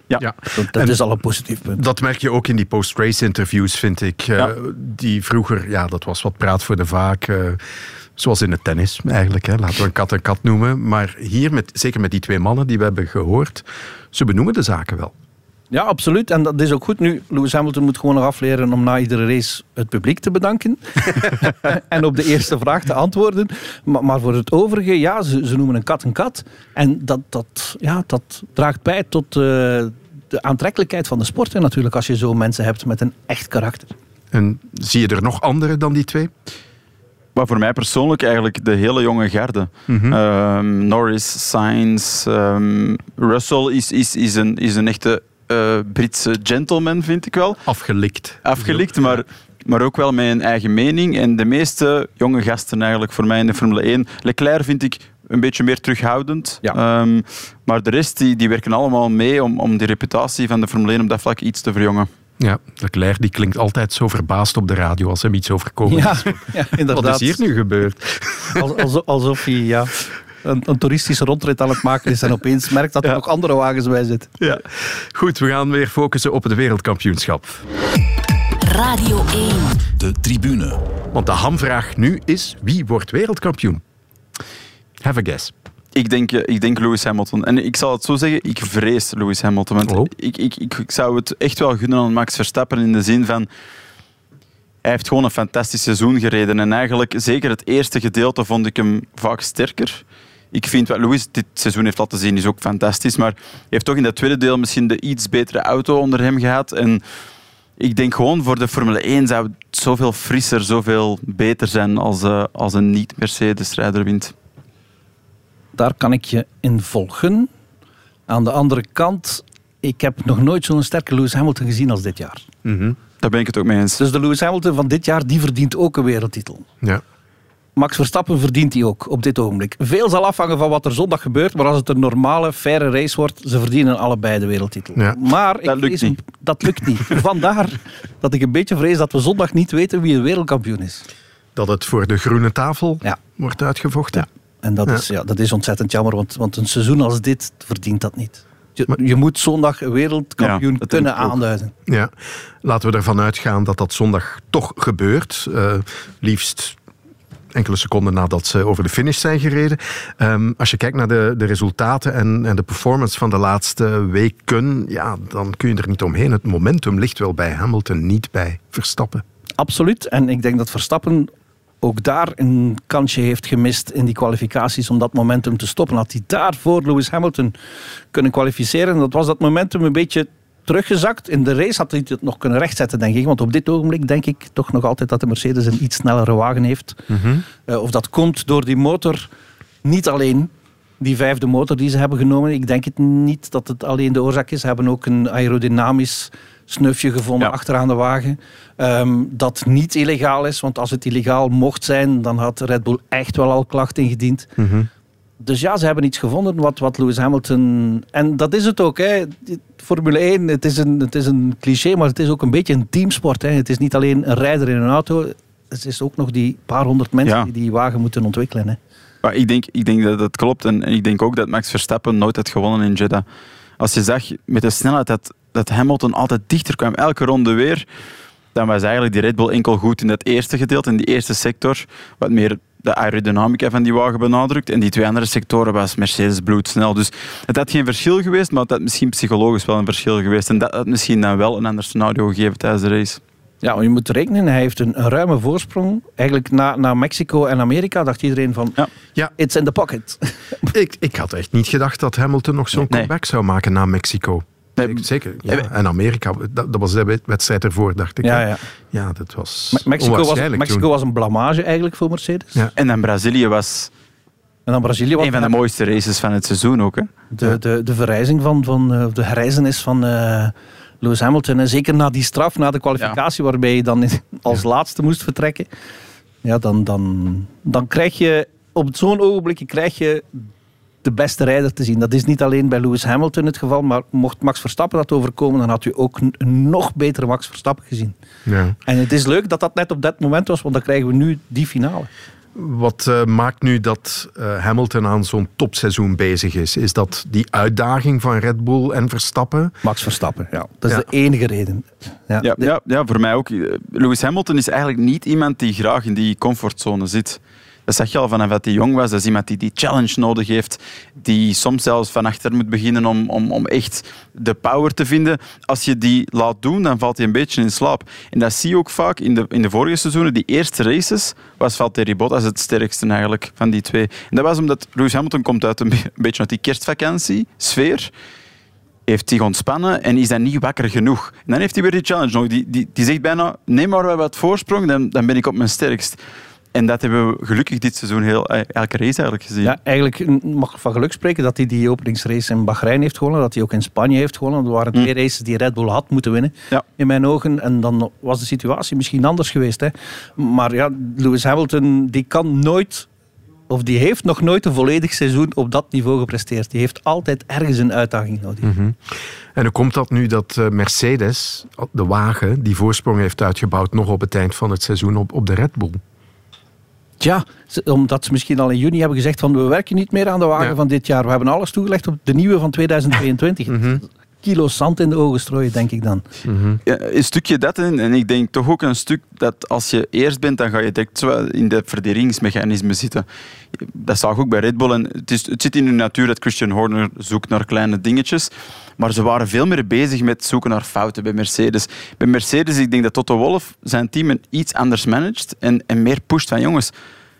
Ja, ja. Dat, dat is al een positief punt. Dat merk je ook in die post-race interviews, vind ik. Uh, Ja. Die vroeger, ja, dat was wat praat voor de vaak. Uh, zoals in het tennis eigenlijk. Hè. Laten we een kat een kat noemen. Maar hier, met, zeker met die twee mannen die we hebben gehoord, ze benoemen de zaken wel. Ja, absoluut. En dat is ook goed. Nu, Lewis Hamilton moet gewoon nog afleren om na iedere race het publiek te bedanken. En op de eerste vraag te antwoorden. Maar, maar voor het overige, ja, ze, ze noemen een kat een kat. En dat, dat, ja, dat draagt bij tot uh, de aantrekkelijkheid van de sport. Hè, natuurlijk, als je zo mensen hebt met een echt karakter. En zie je er nog andere dan die twee? Maar voor mij persoonlijk eigenlijk de hele jonge garde. Mm-hmm. Um, Norris, Sainz, um, Russell is, is, is, een, is een echte uh, Britse gentleman, vind ik wel. Afgelikt. Afgelikt, maar, maar ook wel met een eigen mening. En de meeste jonge gasten eigenlijk voor mij in de Formule één. Leclerc vind ik een beetje meer terughoudend. Ja. Um, maar de rest die, die werken allemaal mee om, om die reputatie van de Formule één op dat vlak iets te verjongen. Ja, Leclerc die klinkt altijd zo verbaasd op de radio als hem iets overkomen Ja, is. ja, inderdaad. Wat is hier nu gebeurd? Als, als, alsof hij ja, een, een toeristische rondrit aan het maken is en opeens merkt dat er Ja. nog andere wagens bij zitten. Ja. Goed, we gaan weer focussen op het wereldkampioenschap. Radio één. De tribune. Want de hamvraag nu is, wie wordt wereldkampioen? Have a guess. Ik denk, ik denk Lewis Hamilton. En ik zal het zo zeggen, ik vrees Lewis Hamilton. Want oh. ik, ik, ik, ik zou het echt wel gunnen aan Max Verstappen in de zin van... Hij heeft gewoon een fantastisch seizoen gereden. En eigenlijk, zeker het eerste gedeelte, vond ik hem vaak sterker. Ik vind wat Lewis dit seizoen heeft laten zien, is ook fantastisch. Maar hij heeft toch in dat tweede deel misschien de iets betere auto onder hem gehad. En ik denk gewoon, voor de Formule één zou het zoveel frisser, zoveel beter zijn als, uh, als een niet-Mercedes-rijder wint. Daar kan ik je in volgen. Aan de andere kant, ik heb nog nooit zo'n sterke Lewis Hamilton gezien als dit jaar. Mm-hmm. Daar ben ik het ook mee eens. Dus de Lewis Hamilton van dit jaar, die verdient ook een wereldtitel. Ja. Max Verstappen verdient die ook op dit ogenblik. Veel zal afhangen van wat er zondag gebeurt, maar als het een normale, faire race wordt, ze verdienen allebei de wereldtitel. Ja. Maar ik Dat lukt vrees, niet. Dat lukt niet. Vandaar dat ik een beetje vrees dat we zondag niet weten wie de wereldkampioen is. Dat het voor de groene tafel Ja. wordt uitgevochten. Ja. En dat, Ja. Is, ja, dat is ontzettend jammer, want, want een seizoen als dit verdient dat niet. Je, je moet zondag een wereldkampioen Ja, dat kunnen denk ik ook. aanduiden. Ja. Laten we ervan uitgaan dat dat zondag toch gebeurt. Uh, liefst enkele seconden nadat ze over de finish zijn gereden. Um, als je kijkt naar de, de resultaten en, en de performance van de laatste weken, ja, dan kun je er niet omheen. Het momentum ligt wel bij Hamilton, niet bij Verstappen. Absoluut. En ik denk dat Verstappen ook daar een kansje heeft gemist in die kwalificaties om dat momentum te stoppen. Had hij daar voor Lewis Hamilton kunnen kwalificeren, dat was dat momentum een beetje teruggezakt. In de race had hij het nog kunnen rechtzetten, denk ik. Want op dit ogenblik denk ik toch nog altijd dat de Mercedes een iets snellere wagen heeft. Mm-hmm. Uh, of dat komt door die motor, niet alleen die vijfde motor die ze hebben genomen. Ik denk het niet dat het alleen de oorzaak is. Ze hebben ook een aerodynamisch snufje gevonden Ja. achteraan de wagen. Um, dat niet illegaal is, want als het illegaal mocht zijn, dan had Red Bull echt wel al klachten ingediend. Mm-hmm. Dus ja, ze hebben iets gevonden wat, wat Lewis Hamilton... En dat is het ook, hè. Formule één, het is, een, het is een cliché, maar het is ook een beetje een teamsport. Hè. Het is niet alleen een rijder in een auto. Het is ook nog die paar honderd mensen Ja. die die wagen moeten ontwikkelen. Hè. Maar ik denk, ik denk dat dat klopt. En, en ik denk ook dat Max Verstappen nooit had gewonnen in Jeddah. Als je zag met de snelheid dat, dat Hamilton altijd dichter kwam, elke ronde weer, dan was eigenlijk die Red Bull enkel goed in dat eerste gedeelte, in die eerste sector, wat meer de aerodynamica van die wagen benadrukt. En die twee andere sectoren was Mercedes bloedsnel. Dus het had geen verschil geweest, maar het had misschien psychologisch wel een verschil geweest. En dat had misschien dan wel een ander scenario gegeven tijdens de race. Ja, maar je moet rekenen, hij heeft een, een ruime voorsprong. Eigenlijk na, na Mexico en Amerika dacht iedereen van, Ja. Ja. it's in the pocket. Ik, ik had echt niet gedacht dat Hamilton nog zo'n Nee. comeback zou maken na Mexico. Nee. Zeker, zeker. Ja. Nee. En Amerika, dat, dat was de wedstrijd ervoor, dacht ik. Ja, ja. Ja, dat was Me- Mexico, was, onwaarschijnlijk Mexico toen. was een blamage eigenlijk voor Mercedes. Ja. En dan Brazilië was En dan Brazilië was een van de mooiste races van het seizoen ook. Hè? de, de, de verrijzing van, van uh, de herreizenis van uh, Lewis Hamilton. En zeker na die straf, na de kwalificatie, ja. waarbij je dan als laatste moest vertrekken. Ja, dan, dan, dan krijg je op zo'n ogenblik krijg je de beste rijder te zien. Dat is niet alleen bij Lewis Hamilton het geval, maar mocht Max Verstappen dat overkomen, dan had u ook een nog betere Max Verstappen gezien. Ja. En het is leuk dat dat net op dat moment was, want dan krijgen we nu die finale. Wat uh, maakt nu dat uh, Hamilton aan zo'n topseizoen bezig is? Is dat die uitdaging van Red Bull en Verstappen? Max Verstappen, ja. Dat is ja. de enige reden. Ja, ja, ja, ja, voor mij ook. Lewis Hamilton is eigenlijk niet iemand die graag in die comfortzone zit. Dat zag je al vanaf dat hij jong was. Dat is iemand die die challenge nodig heeft. Die soms zelfs van achter moet beginnen om, om, om echt de power te vinden. Als je die laat doen, dan valt hij een beetje in slaap. En dat zie je ook vaak in de, in de vorige seizoenen. Die eerste races was Valtteri Bottas het sterkste eigenlijk van die twee. En dat was omdat Lewis Hamilton komt uit een, be- een beetje uit die kerstvakantie, sfeer. Heeft hij ontspannen en is dan niet wakker genoeg. En dan heeft hij weer die challenge nog. Die, die, die zegt bijna, neem maar wat voorsprong, dan, dan ben ik op mijn sterkst. En dat hebben we gelukkig dit seizoen heel, elke race eigenlijk gezien. Ja, eigenlijk mag ik van geluk spreken dat hij die openingsrace in Bahrein heeft gewonnen, dat hij ook in Spanje heeft gewonnen. Er waren twee mm. races die Red Bull had moeten winnen, ja. in mijn ogen. En dan was de situatie misschien anders geweest. Hè. Maar ja, Lewis Hamilton die kan nooit, of die heeft nog nooit een volledig seizoen op dat niveau gepresteerd. Die heeft altijd ergens een uitdaging nodig. Mm-hmm. En hoe komt dat nu dat Mercedes, de wagen, die voorsprong heeft uitgebouwd nog op het eind van het seizoen op, op de Red Bull? Ja, omdat ze misschien al in juni hebben gezegd van we werken niet meer aan de wagen ja. van dit jaar. We hebben alles toegelegd op de nieuwe van tweeduizend tweeëntwintig. Mm-hmm. Kilo zand in de ogen strooien, denk ik dan. Mm-hmm. Ja, een stukje dat in. En ik denk toch ook een stuk dat als je eerst bent, dan ga je direct in de verdedigingsmechanismen zitten. Dat zag ik ook bij Red Bull. En het, is, het zit in hun natuur dat Christian Horner zoekt naar kleine dingetjes. Maar ze waren veel meer bezig met zoeken naar fouten bij Mercedes. Bij Mercedes, ik denk dat Toto Wolff zijn team iets anders managt en, en meer pusht van jongens.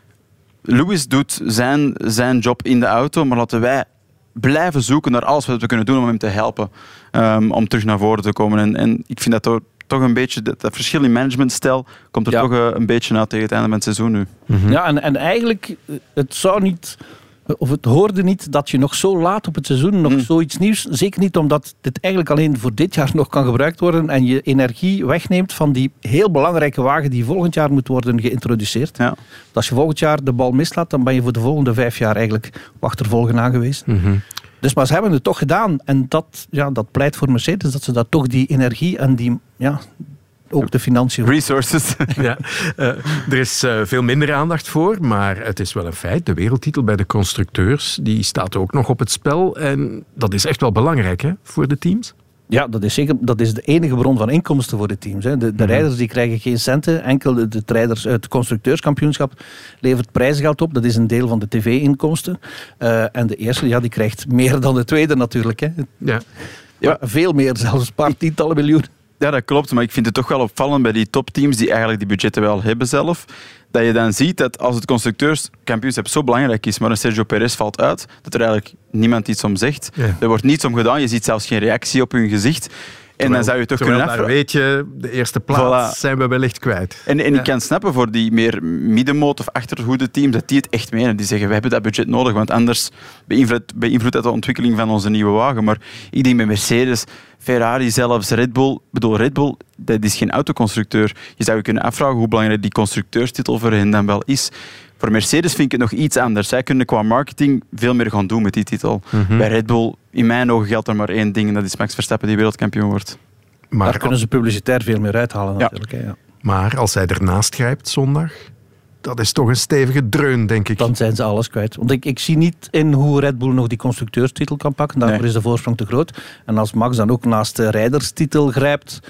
Lewis doet zijn, zijn job in de auto, maar laten wij blijven zoeken naar alles wat we kunnen doen om hem te helpen. Um, om terug naar voren te komen. En, en ik vind dat toch, toch een beetje, dat, dat verschil in managementstijl komt er ja. toch uh, een beetje uit tegen het einde van het seizoen nu. Mm-hmm. Ja, en, en eigenlijk, het zou niet... Of het hoorde niet dat je nog zo laat op het seizoen nog mm. zoiets nieuws... Zeker niet omdat dit eigenlijk alleen voor dit jaar nog kan gebruikt worden en je energie wegneemt van die heel belangrijke wagen die volgend jaar moet worden geïntroduceerd. Ja. Als je volgend jaar de bal mislaat, dan ben je voor de volgende vijf jaar eigenlijk achtervolgen aan geweest. Mm-hmm. Dus maar ze hebben het toch gedaan. En dat, ja, dat pleit voor Mercedes, dat ze daar toch die energie en die... Ja, ook de financiën. Resources. Ja, uh, er is uh, veel minder aandacht voor, maar het is wel een feit. De wereldtitel bij de constructeurs, die staat ook nog op het spel. En dat is echt wel belangrijk, hè, voor de teams. Ja, dat is zeker. Dat is de enige bron van inkomsten voor de teams. Hè. De, de mm-hmm. rijders die krijgen geen centen. Enkel de, de rijders uit het constructeurskampioenschap levert prijsgeld op. Dat is een deel van de tv-inkomsten. Uh, en de eerste, ja, die krijgt meer dan de tweede natuurlijk. Hè. Ja. Ja, veel meer, zelfs een paar tientallen miljoen. Ja, dat klopt. Maar ik vind het toch wel opvallend bij die topteams die eigenlijk die budgetten wel hebben zelf, dat je dan ziet dat als het constructeurskampioenschap zo belangrijk is, maar een Sergio Perez valt uit, dat er eigenlijk niemand iets om zegt. Ja. Er wordt niets om gedaan. Je ziet zelfs geen reactie op hun gezicht. En terwijl, dan zou je toch kunnen afvragen. Weet je, de eerste plaats voilà. zijn we wellicht kwijt. En, en ja. ik kan snappen voor die meer middenmoot of achterhoede teams dat die het echt menen. Die zeggen, we hebben dat budget nodig, want anders beïnvloedt, beïnvloedt dat de ontwikkeling van onze nieuwe wagen. Maar ik denk bij Mercedes, Ferrari zelfs, Red Bull. Ik bedoel, Red Bull, dat is geen autoconstructeur. Je zou je kunnen afvragen hoe belangrijk die constructeurstitel voor hen dan wel is. Voor Mercedes vind ik het nog iets anders. Zij kunnen qua marketing veel meer gaan doen met die titel. Mm-hmm. Bij Red Bull, in mijn ogen, geldt er maar één ding en dat is Max Verstappen die wereldkampioen wordt. Maar daar kunnen ze publicitair veel meer uithalen natuurlijk. Ja. Hè, ja. Maar als hij ernaast grijpt zondag, dat is toch een stevige dreun, denk ik. Dan zijn ze alles kwijt. Want ik, ik zie niet in hoe Red Bull nog die constructeurstitel kan pakken. Daarvoor nee. is de voorsprong te groot. En als Max dan ook naast de rijderstitel grijpt,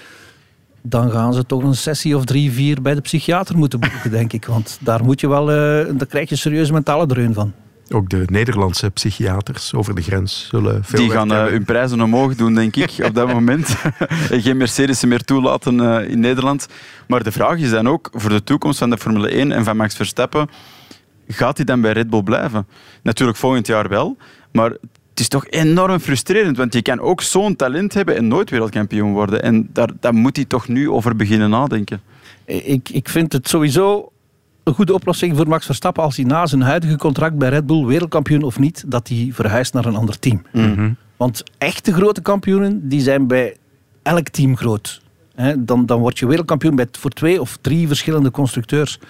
dan gaan ze toch een sessie of drie, vier bij de psychiater moeten boeken, denk ik. Want daar moet je wel, uh, daar krijg je serieus mentale dreun van. Ook de Nederlandse psychiaters over de grens zullen veel Die gaan uh, hun prijzen omhoog doen, denk ik, op dat moment. En geen Mercedes meer toelaten uh, in Nederland. Maar de vraag is dan ook, voor de toekomst van de Formule één en van Max Verstappen, gaat hij dan bij Red Bull blijven? Natuurlijk volgend jaar wel, maar het is toch enorm frustrerend, want je kan ook zo'n talent hebben en nooit wereldkampioen worden. En daar, daar moet hij toch nu over beginnen nadenken. Ik, ik vind het sowieso een goede oplossing voor Max Verstappen als hij na zijn huidige contract bij Red Bull, wereldkampioen of niet, dat hij verhuist naar een ander team. Mm-hmm. Want echte grote kampioenen, die zijn bij elk team groot. He, dan, dan word je wereldkampioen bij, voor twee of drie verschillende constructeurs.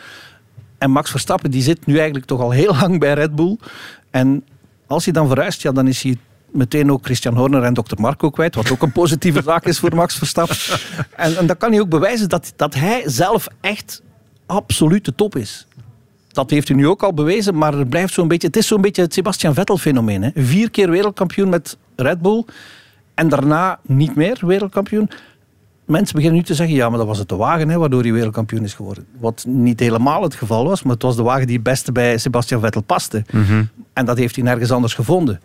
En Max Verstappen die zit nu eigenlijk toch al heel lang bij Red Bull. En als hij dan verhuist, ja, dan is hij meteen ook Christian Horner en dokter Marco kwijt, wat ook een positieve zaak is voor Max Verstappen. En, en dan kan hij ook bewijzen dat, dat hij zelf echt absoluut de top is. Dat heeft hij nu ook al bewezen, maar het blijft zo'n beetje... Het is zo'n beetje het Sebastian Vettel-fenomeen. Hè? Vier keer wereldkampioen met Red Bull en daarna niet meer wereldkampioen. Mensen beginnen nu te zeggen, ja, maar dat was het de wagen hè, waardoor hij wereldkampioen is geworden. Wat niet helemaal het geval was, maar het was de wagen die het beste bij Sebastian Vettel paste. Mm-hmm. En dat heeft hij nergens anders gevonden.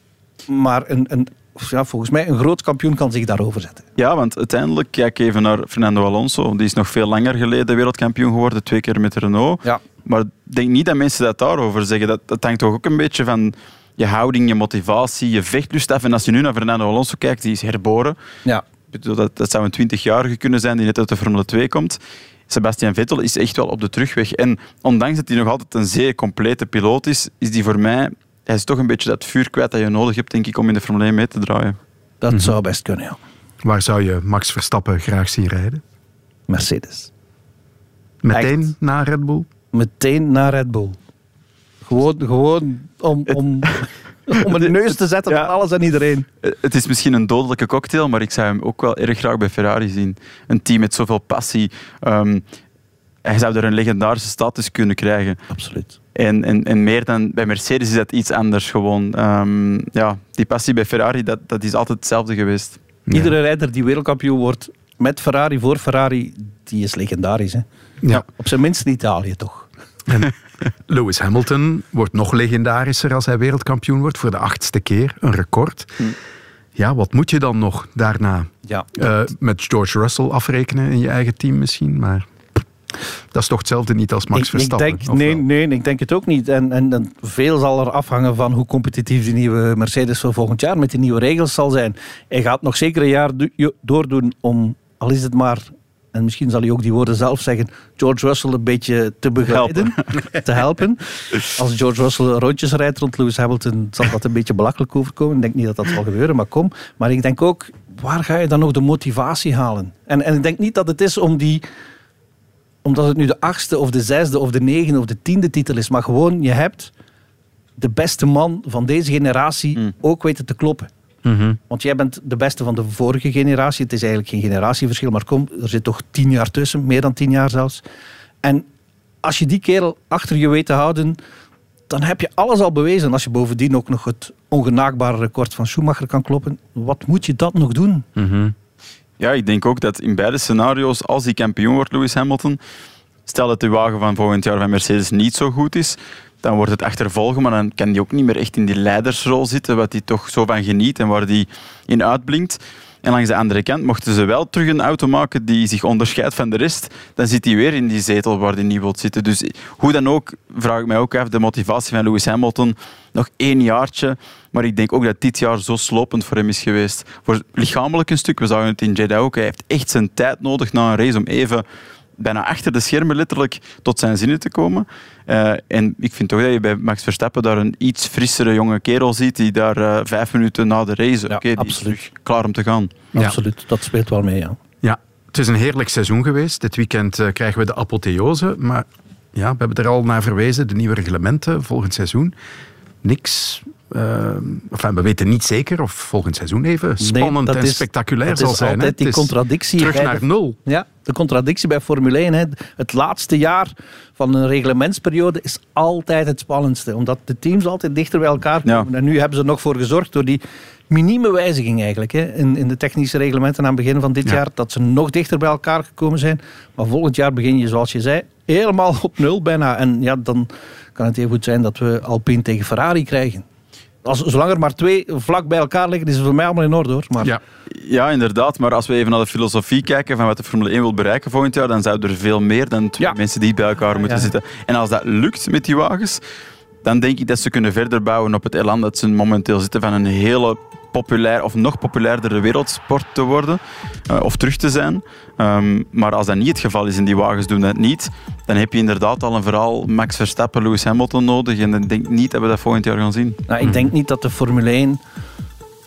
Maar een, een, ja, volgens mij een groot kampioen kan zich daarover zetten. Ja, want uiteindelijk, kijk even naar Fernando Alonso. Die is nog veel langer geleden wereldkampioen geworden, twee keer met Renault. Ja. Maar ik denk niet dat mensen dat daarover zeggen. Dat, dat hangt toch ook een beetje van je houding, je motivatie, je vechtlust af. En als je nu naar Fernando Alonso kijkt, die is herboren. Ja. Dat, dat zou een twintigjarige kunnen zijn die net uit de Formule twee komt. Sebastian Vettel is echt wel op de terugweg. En ondanks dat hij nog altijd een zeer complete piloot is, is die voor mij... Hij is toch een beetje dat vuur kwijt dat je nodig hebt, denk ik, om in de Formule één mee te draaien. Dat Mm-hmm. zou best kunnen, ja. Waar zou je Max Verstappen graag zien rijden? Mercedes. Meteen Echt. na Red Bull? Meteen naar Red Bull. Gewoon, gewoon om, om, om een neus te zetten Ja. van alles en iedereen. Het is misschien een dodelijke cocktail, maar ik zou hem ook wel erg graag bij Ferrari zien. Een team met zoveel passie. Um, hij zou er een legendarische status kunnen krijgen. Absoluut. En, en, en meer dan bij Mercedes is dat iets anders gewoon. Um, ja, die passie bij Ferrari, dat, dat is altijd hetzelfde geweest. Ja. Iedere rijder die wereldkampioen wordt met Ferrari, voor Ferrari, die is legendarisch. Hè? Ja. Op zijn minst in Italië, toch? En Lewis Hamilton wordt nog legendarischer als hij wereldkampioen wordt voor de achtste keer. Een record. Hm. Ja, wat moet je dan nog daarna? Ja. Uh, met George Russell afrekenen in je eigen team misschien, maar... Dat is toch hetzelfde niet als Max ik, Verstappen? ik denk, nee, nee, ik denk het ook niet. En, en, en veel zal er afhangen van hoe competitief de nieuwe Mercedes voor volgend jaar met die nieuwe regels zal zijn. Hij gaat nog zeker een jaar do- doordoen om, al is het maar, en misschien zal hij ook die woorden zelf zeggen, George Russell een beetje te begeleiden, helpen. te helpen. Als George Russell rondjes rijdt rond Lewis Hamilton, zal dat een beetje belachelijk overkomen. Ik denk niet dat dat zal gebeuren, maar kom. Maar ik denk ook, waar ga je dan nog de motivatie halen? En, en ik denk niet dat het is om die... omdat het nu de achtste of de zesde of de negende of de tiende titel is. Maar gewoon, je hebt de beste man van deze generatie mm. ook weten te kloppen. Mm-hmm. Want jij bent de beste van de vorige generatie. Het is eigenlijk geen generatieverschil, maar kom, er zit toch tien jaar tussen. Meer dan tien jaar zelfs. En als je die kerel achter je weet te houden, dan heb je alles al bewezen. Als je bovendien ook nog het ongenaakbare record van Schumacher kan kloppen, wat moet je dat nog doen? Mm-hmm. Ja, ik denk ook dat in beide scenario's, als hij kampioen wordt, Lewis Hamilton, stel dat de wagen van volgend jaar van Mercedes niet zo goed is, dan wordt het achtervolgen, maar dan kan hij ook niet meer echt in die leidersrol zitten, wat hij toch zo van geniet en waar hij in uitblinkt. En langs de andere kant, mochten ze wel terug een auto maken die zich onderscheidt van de rest, dan zit hij weer in die zetel waar hij niet wil zitten. Dus hoe dan ook, vraag ik mij ook af, de motivatie van Lewis Hamilton, nog één jaartje, maar ik denk ook dat dit jaar zo slopend voor hem is geweest. Voor lichamelijk een stuk, we zagen het in Jeddah ook, hij heeft echt zijn tijd nodig na een race om even bijna achter de schermen letterlijk tot zijn zinnen te komen. Uh, en ik vind toch dat je bij Max Verstappen daar een iets frissere jonge kerel ziet die daar uh, vijf minuten na de race, ja, okay, die is terug klaar om te gaan. Ja. Absoluut, dat speelt wel mee, ja. Ja, het is een heerlijk seizoen geweest. Dit weekend uh, krijgen we de apotheose, maar ja, we hebben er al naar verwezen, de nieuwe reglementen volgend seizoen. Niks... Uh, enfin, we weten niet zeker of volgend seizoen even spannend nee, en is, spectaculair zal zijn. Altijd die contradictie terug bij naar de, nul. Ja, de contradictie bij Formule één. Hè. Het laatste jaar van een reglementsperiode is altijd het spannendste. Omdat de teams altijd dichter bij elkaar komen. Ja. En nu hebben ze er nog voor gezorgd door die minieme wijziging eigenlijk. Hè, in, in de technische reglementen aan het begin van dit ja. jaar. Dat ze nog dichter bij elkaar gekomen zijn. Maar volgend jaar begin je, zoals je zei, helemaal op nul bijna. En ja, dan kan het heel goed zijn dat we Alpine tegen Ferrari krijgen. Als, zolang er maar twee vlak bij elkaar liggen, is het voor mij allemaal in orde, hoor. Maar... Ja. ja, inderdaad. Maar als we even naar de filosofie kijken van wat de Formule één wil bereiken volgend jaar, dan zouden er veel meer dan twee ja. mensen die bij elkaar moeten ja. zitten. En als dat lukt met die wagens, dan denk ik dat ze kunnen verder bouwen op het elan dat ze momenteel zitten van een hele populair of nog populairdere wereldsport te worden. Uh, of terug te zijn. Um, maar als dat niet het geval is en die wagens doen dat niet, dan heb je inderdaad al een verhaal Max Verstappen, Lewis Hamilton nodig. En dan denk ik niet dat we dat volgend jaar gaan zien. Nou, ik denk niet dat de Formule één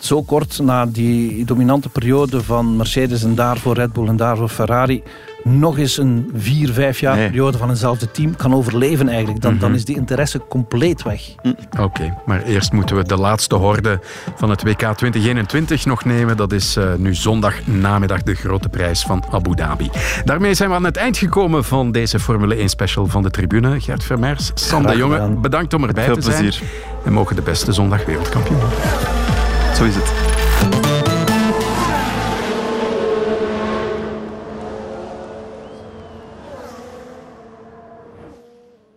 zo kort na die dominante periode van Mercedes en daarvoor Red Bull en daarvoor Ferrari nog eens een vier, vijf jaar nee. periode van eenzelfde team kan overleven eigenlijk. Dan, mm-hmm. dan is die interesse compleet weg. Mm. Oké, okay, maar eerst moeten we de laatste horde van het W K twintig eenentwintig nog nemen. Dat is uh, nu zondag namiddag de grote prijs van Abu Dhabi. Daarmee zijn we aan het eind gekomen van deze Formule één special van de tribune. Gert Vermeers, Sam de Jonge, bedankt om erbij Veel te zijn. plezier. En mogen de beste zondag wereldkampioen. Zo is het.